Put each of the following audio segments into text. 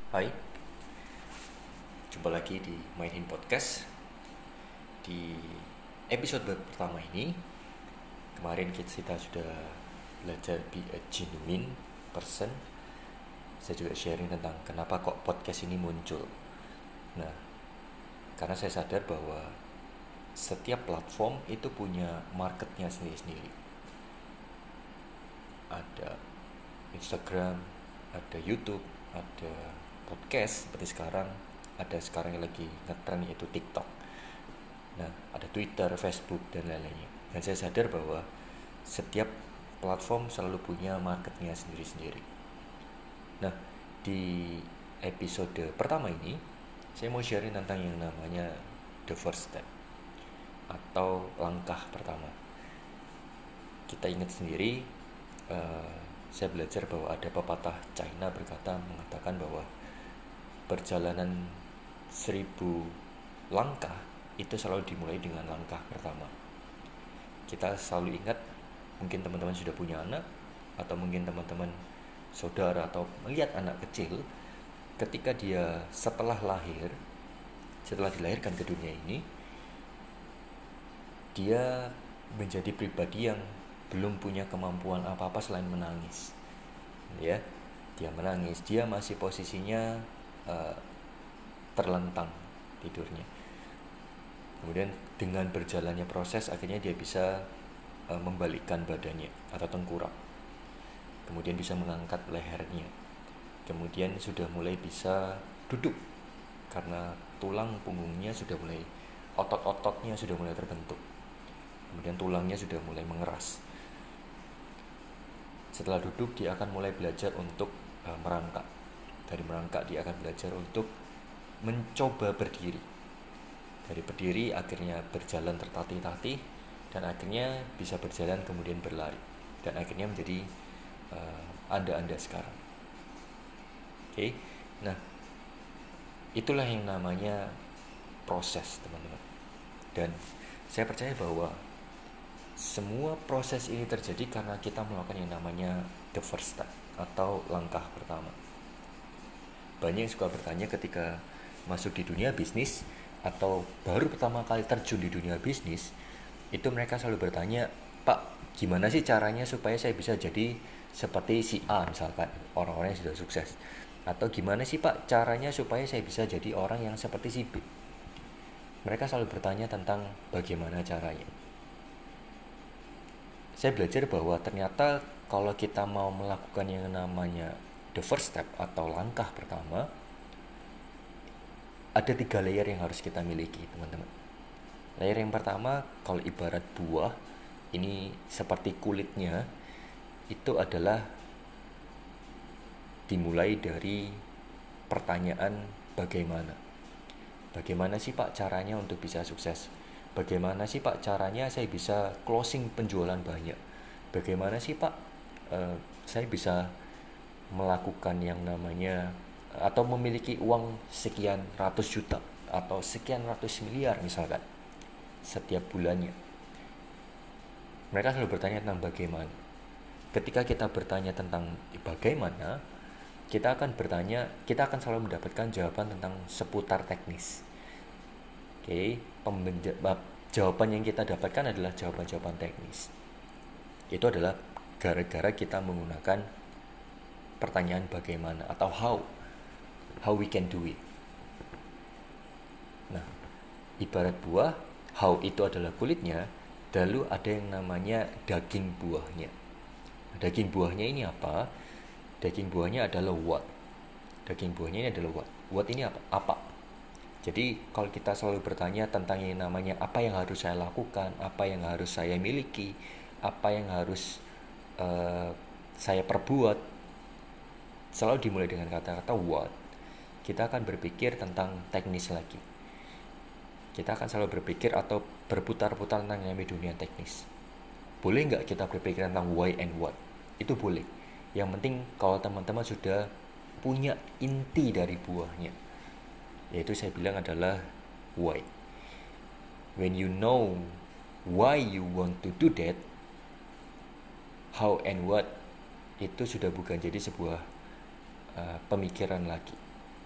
Hai, jumpa lagi di Mainin Podcast. Di episode pertama ini, kemarin kita sudah belajar be a genuine person. Saya juga sharing tentang kenapa kok podcast ini muncul. Nah, karena saya sadar bahwa setiap platform itu punya marketnya sendiri-sendiri. Ada Instagram, ada YouTube, ada podcast seperti sekarang, ada sekarang yang lagi ngetren yaitu TikTok. Nah, ada Twitter, Facebook dan lain-lainnya. Dan saya sadar bahwa setiap platform selalu punya marketnya sendiri-sendiri. Nah, di episode pertama ini saya mau sharing tentang yang namanya the first step atau langkah pertama. Kita ingat sendiri, saya belajar bahwa ada pepatah China mengatakan bahwa perjalanan 1000 langkah itu selalu dimulai dengan langkah pertama. Kita selalu ingat, mungkin teman-teman sudah punya anak, atau mungkin teman-teman saudara atau melihat anak kecil, ketika dia setelah dilahirkan ke dunia ini, dia menjadi pribadi yang belum punya kemampuan apa-apa selain menangis. Ya, dia menangis, dia masih posisinya terlentang tidurnya. Kemudian dengan berjalannya proses akhirnya dia bisa membalikkan badannya atau tengkurap. Kemudian bisa mengangkat lehernya. Kemudian sudah mulai bisa duduk karena tulang punggungnya sudah mulai, otot-ototnya sudah mulai terbentuk. Kemudian tulangnya sudah mulai mengeras. Setelah duduk dia akan mulai belajar untuk merangkak. Dari merangkak dia akan belajar untuk mencoba berdiri. Dari berdiri akhirnya berjalan tertatih-tatih dan akhirnya bisa berjalan kemudian berlari dan akhirnya menjadi Anda sekarang. Oke. Nah, itulah yang namanya proses, teman-teman. Dan saya percaya bahwa semua proses ini terjadi karena kita melakukan yang namanya the first step atau langkah pertama. Banyak yang suka bertanya ketika masuk di dunia bisnis atau baru pertama kali terjun di dunia bisnis, itu mereka selalu bertanya, Pak, gimana sih caranya supaya saya bisa jadi seperti si A misalkan, orang-orang yang sudah sukses. Atau gimana sih Pak caranya supaya saya bisa jadi orang yang seperti si B. Mereka selalu bertanya tentang bagaimana caranya. Saya belajar bahwa ternyata kalau kita mau melakukan yang namanya the first step atau langkah pertama, ada 3 layer yang harus kita miliki, teman-teman. Layer yang pertama, kalau ibarat buah, ini seperti kulitnya, itu adalah dimulai dari pertanyaan bagaimana. Bagaimana sih Pak caranya untuk bisa sukses? Bagaimana sih Pak caranya saya bisa closing penjualan banyak? Bagaimana sih Pak saya bisa melakukan yang namanya atau memiliki uang sekian ratus juta atau sekian ratus miliar misalkan setiap bulannya? Mereka selalu bertanya tentang bagaimana. Ketika kita bertanya tentang bagaimana, kita akan selalu mendapatkan jawaban tentang seputar teknis. Oke, jawaban yang kita dapatkan adalah jawaban-jawaban teknis. Itu adalah gara-gara kita menggunakan pertanyaan bagaimana atau how we can do it. Nah, ibarat buah, how itu adalah kulitnya, lalu ada yang namanya daging buahnya. Daging buahnya ini apa? Daging buahnya adalah what. Daging buahnya ini adalah what. What ini apa? Apa? Jadi kalau kita selalu bertanya tentang yang namanya apa yang harus saya lakukan, apa yang harus saya miliki, apa yang harus saya perbuat, selalu dimulai dengan kata-kata what, kita akan berpikir tentang teknis lagi. Kita akan selalu berpikir atau berputar-putar tentang yang namanya dunia teknis. Boleh nggak kita berpikir tentang why and what? Itu boleh. Yang penting kalau teman-teman sudah punya inti dari buahnya, yaitu saya bilang adalah why. When you know why you want to do that, how and what itu sudah bukan jadi sebuah pemikiran lagi.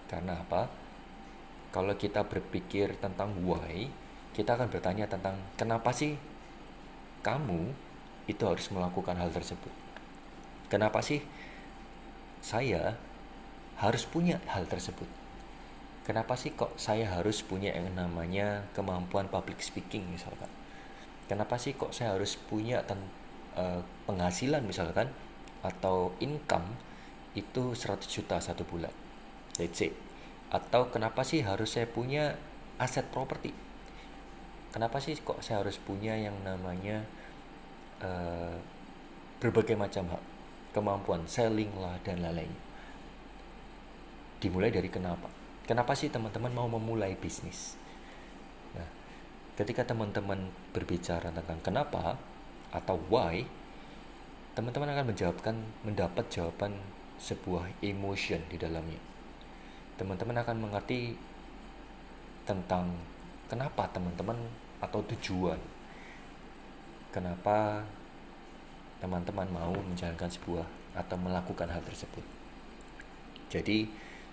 Karena apa? Kalau kita berpikir tentang why, kita akan bertanya tentang kenapa sih kamu itu harus melakukan hal tersebut. Kenapa sih saya harus punya hal tersebut? Kenapa sih kok saya harus punya yang namanya kemampuan public speaking misalkan? Kenapa sih kok saya harus punya penghasilan misalkan atau income itu 100 juta satu bulan? Let's say. Atau kenapa sih harus saya punya aset properti? Kenapa sih kok saya harus punya yang namanya uh, berbagai macam hal, kemampuan selling lah dan lain-lain. Dimulai dari kenapa. Kenapa sih teman-teman mau memulai bisnis? Nah, ketika teman-teman berbicara tentang kenapa atau why, teman-teman akan mendapat jawaban sebuah emotion di dalamnya. Teman-teman akan mengerti tentang kenapa teman-teman atau tujuan. Kenapa teman-teman mau menjalankan sebuah atau melakukan hal tersebut. Jadi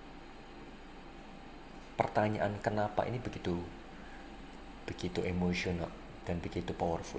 pertanyaan kenapa ini begitu emosional dan begitu powerful.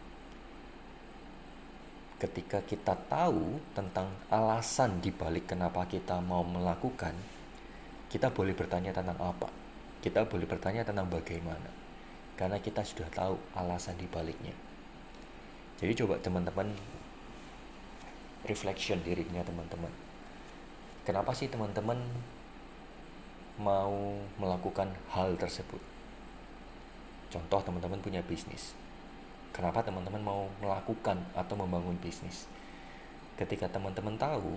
Ketika kita tahu tentang alasan dibalik kenapa kita mau melakukan, kita boleh bertanya tentang apa. Kita boleh bertanya tentang bagaimana. Karena kita sudah tahu alasan dibaliknya. Jadi coba teman-teman reflection dirinya teman-teman. Kenapa sih teman-teman mau melakukan hal tersebut? Contoh teman-teman punya bisnis. Kenapa teman-teman mau melakukan atau membangun bisnis? Ketika teman-teman tahu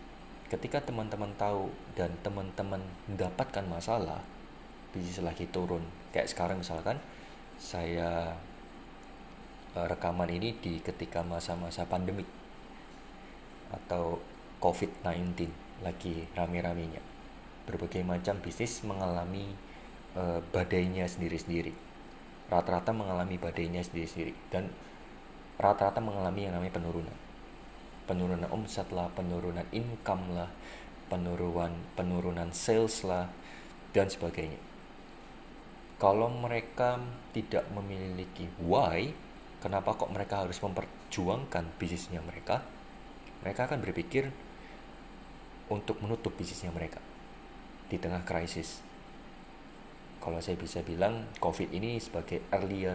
dan teman-teman mendapatkan masalah, bisnis lagi turun. Kayak sekarang misalkan saya rekaman ini di ketika masa-masa pandemik atau COVID-19 lagi rame-ramenya. Berbagai macam bisnis mengalami badainya sendiri-sendiri. Rata-rata mengalami badainya sendiri-sendiri dan rata-rata mengalami yang namanya penurunan omset lah, penurunan income lah, penurunan sales lah dan sebagainya. Kalau mereka tidak memiliki why, kenapa kok mereka harus memperjuangkan bisnisnya mereka akan berpikir untuk menutup bisnisnya mereka di tengah krisis. Kalau saya bisa bilang COVID ini sebagai early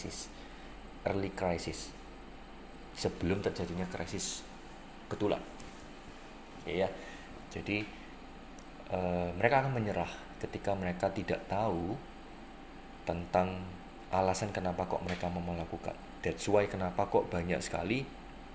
crisis sebelum terjadinya krisis betulan. Ya, jadi mereka akan menyerah ketika mereka tidak tahu tentang alasan kenapa kok mereka mau melakukan. That's why kenapa kok banyak sekali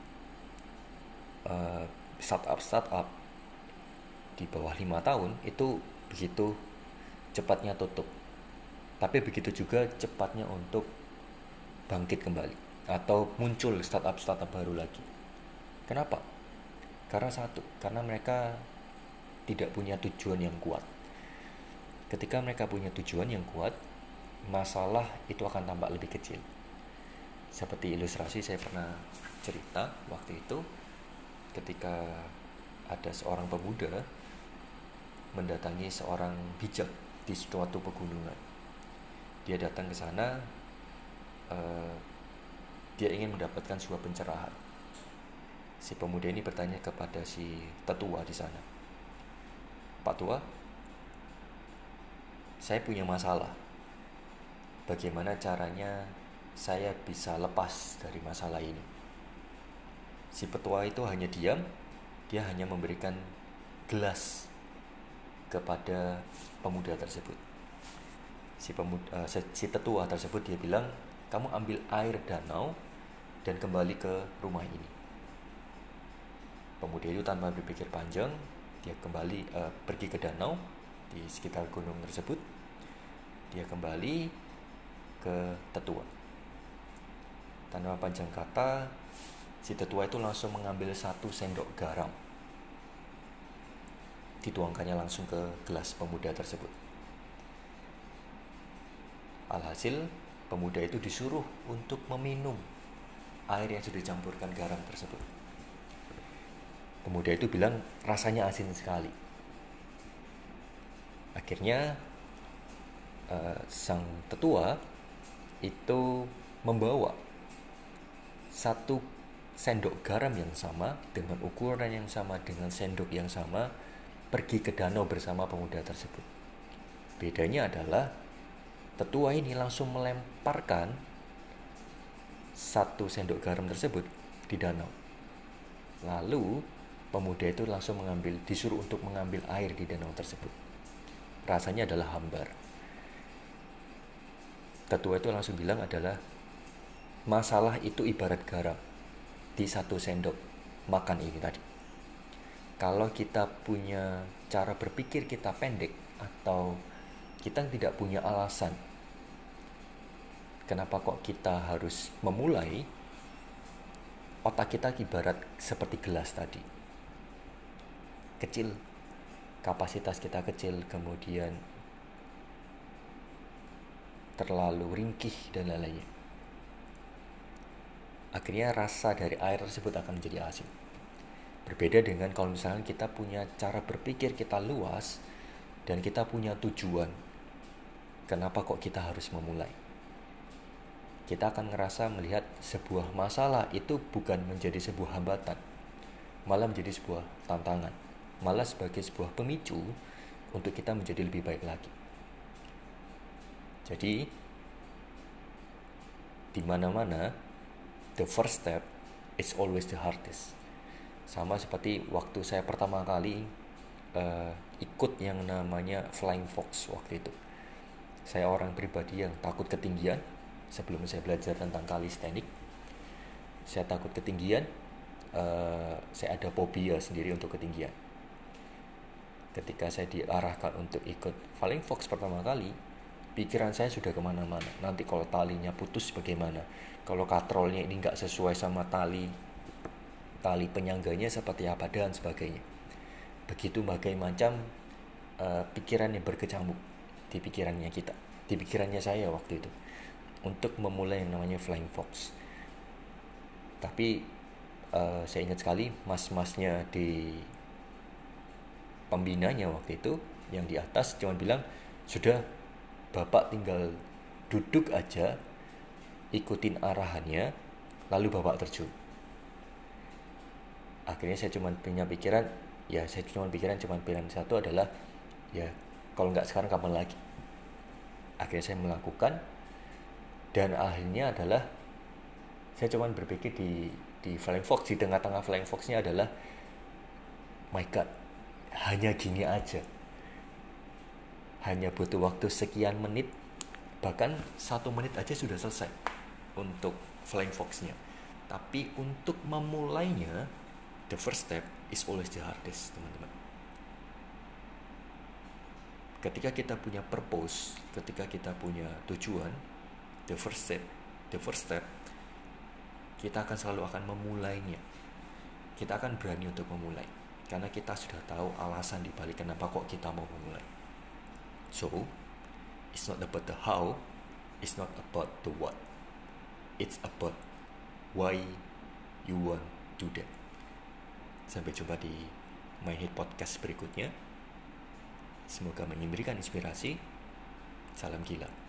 startup di bawah 5 tahun itu begitu cepatnya tutup, tapi begitu juga cepatnya untuk bangkit kembali atau muncul startup baru lagi. Kenapa? Karena mereka tidak punya tujuan yang kuat. Ketika mereka punya tujuan yang kuat, masalah itu akan tampak lebih kecil. Seperti ilustrasi saya pernah cerita waktu itu, ketika ada seorang pemuda mendatangi seorang bijak di suatu pegunungan. Dia datang ke sana, dia ingin mendapatkan sebuah pencerahan. Si pemuda ini bertanya kepada si tetua di sana, "Pak tua, saya punya masalah. Bagaimana caranya saya bisa lepas dari masalah ini?" Si petua itu hanya diam, dia hanya memberikan gelas kepada pemuda tersebut. Si tetua tersebut dia bilang, "Kamu ambil air danau dan kembali ke rumah ini." Pemuda itu tanpa berpikir panjang, dia pergi ke danau di sekitar gunung tersebut. Dia kembali ke tetua. Tanpa panjang kata, si tetua itu langsung mengambil 1 sendok garam, dituangkannya langsung ke gelas pemuda tersebut. Alhasil, pemuda itu disuruh untuk meminum air yang sudah dicampurkan garam tersebut. Pemuda itu bilang rasanya asin sekali. Akhirnya sang tetua itu membawa 1 sendok garam yang sama dengan ukuran yang sama dengan sendok yang sama pergi ke danau bersama pemuda tersebut. Bedanya adalah tetua ini langsung melemparkan 1 sendok garam tersebut di danau. Lalu pemuda itu langsung disuruh untuk mengambil air di danau tersebut. Rasanya adalah hambar. Tetua itu langsung bilang adalah masalah itu ibarat garam di 1 sendok makan ini tadi. Kalau kita punya cara berpikir kita pendek atau kita tidak punya alasan kenapa kok kita harus memulai, otak kita ibarat seperti gelas tadi. Kecil, kapasitas kita kecil, kemudian terlalu ringkih dan lain-lainnya. Akhirnya rasa dari air tersebut akan menjadi asin. Berbeda dengan kalau misalnya kita punya cara berpikir kita luas dan kita punya tujuan. Kenapa kok kita harus memulai? Kita akan ngerasa melihat sebuah masalah itu bukan menjadi sebuah hambatan, malah menjadi sebuah tantangan, malah sebagai sebuah pemicu untuk kita menjadi lebih baik lagi. Jadi di mana-mana the first step is always the hardest. Sama seperti waktu saya pertama kali ikut yang namanya Flying Fox waktu itu. Saya orang pribadi yang takut ketinggian. Sebelum saya belajar tentang calisthenics, saya takut ketinggian. Saya ada fobia sendiri untuk ketinggian. Ketika saya diarahkan untuk ikut Flying Fox pertama kali, pikiran saya sudah kemana-mana. Nanti kalau talinya putus bagaimana? Kalau katrolnya ini nggak sesuai sama tali penyangganya seperti apa dan sebagainya. Begitu bagai macam pikiran yang berkecamuk di pikirannya kita, di pikirannya saya waktu itu untuk memulai yang namanya Flying Fox. Tapi saya ingat sekali mas-masnya di pembinanya waktu itu yang di atas cuma bilang, sudah Bapak tinggal duduk aja, ikutin arahannya, lalu Bapak terjun. Akhirnya saya cuma punya pikiran satu adalah, ya kalau nggak sekarang kapan lagi. Akhirnya saya melakukan, dan akhirnya adalah saya cuma berpikir di Flying Fox, di tengah-tengah Flying Fox-nya adalah, my God, hanya gini aja. Hanya butuh waktu sekian menit, bahkan 1 menit aja sudah selesai untuk Flying Fox-nya. Tapi untuk memulainya, the first step is always the hardest, teman-teman. Ketika kita punya purpose, ketika kita punya tujuan, the first step, kita akan selalu akan memulainya. Kita akan berani untuk memulai, karena kita sudah tahu alasan dibalik kenapa kok kita mau memulai. So, it's not about the how, it's not about the what, it's about why you want to do that. Sampai jumpa di My Head Podcast berikutnya. Semoga memberikan inspirasi. Salam gila.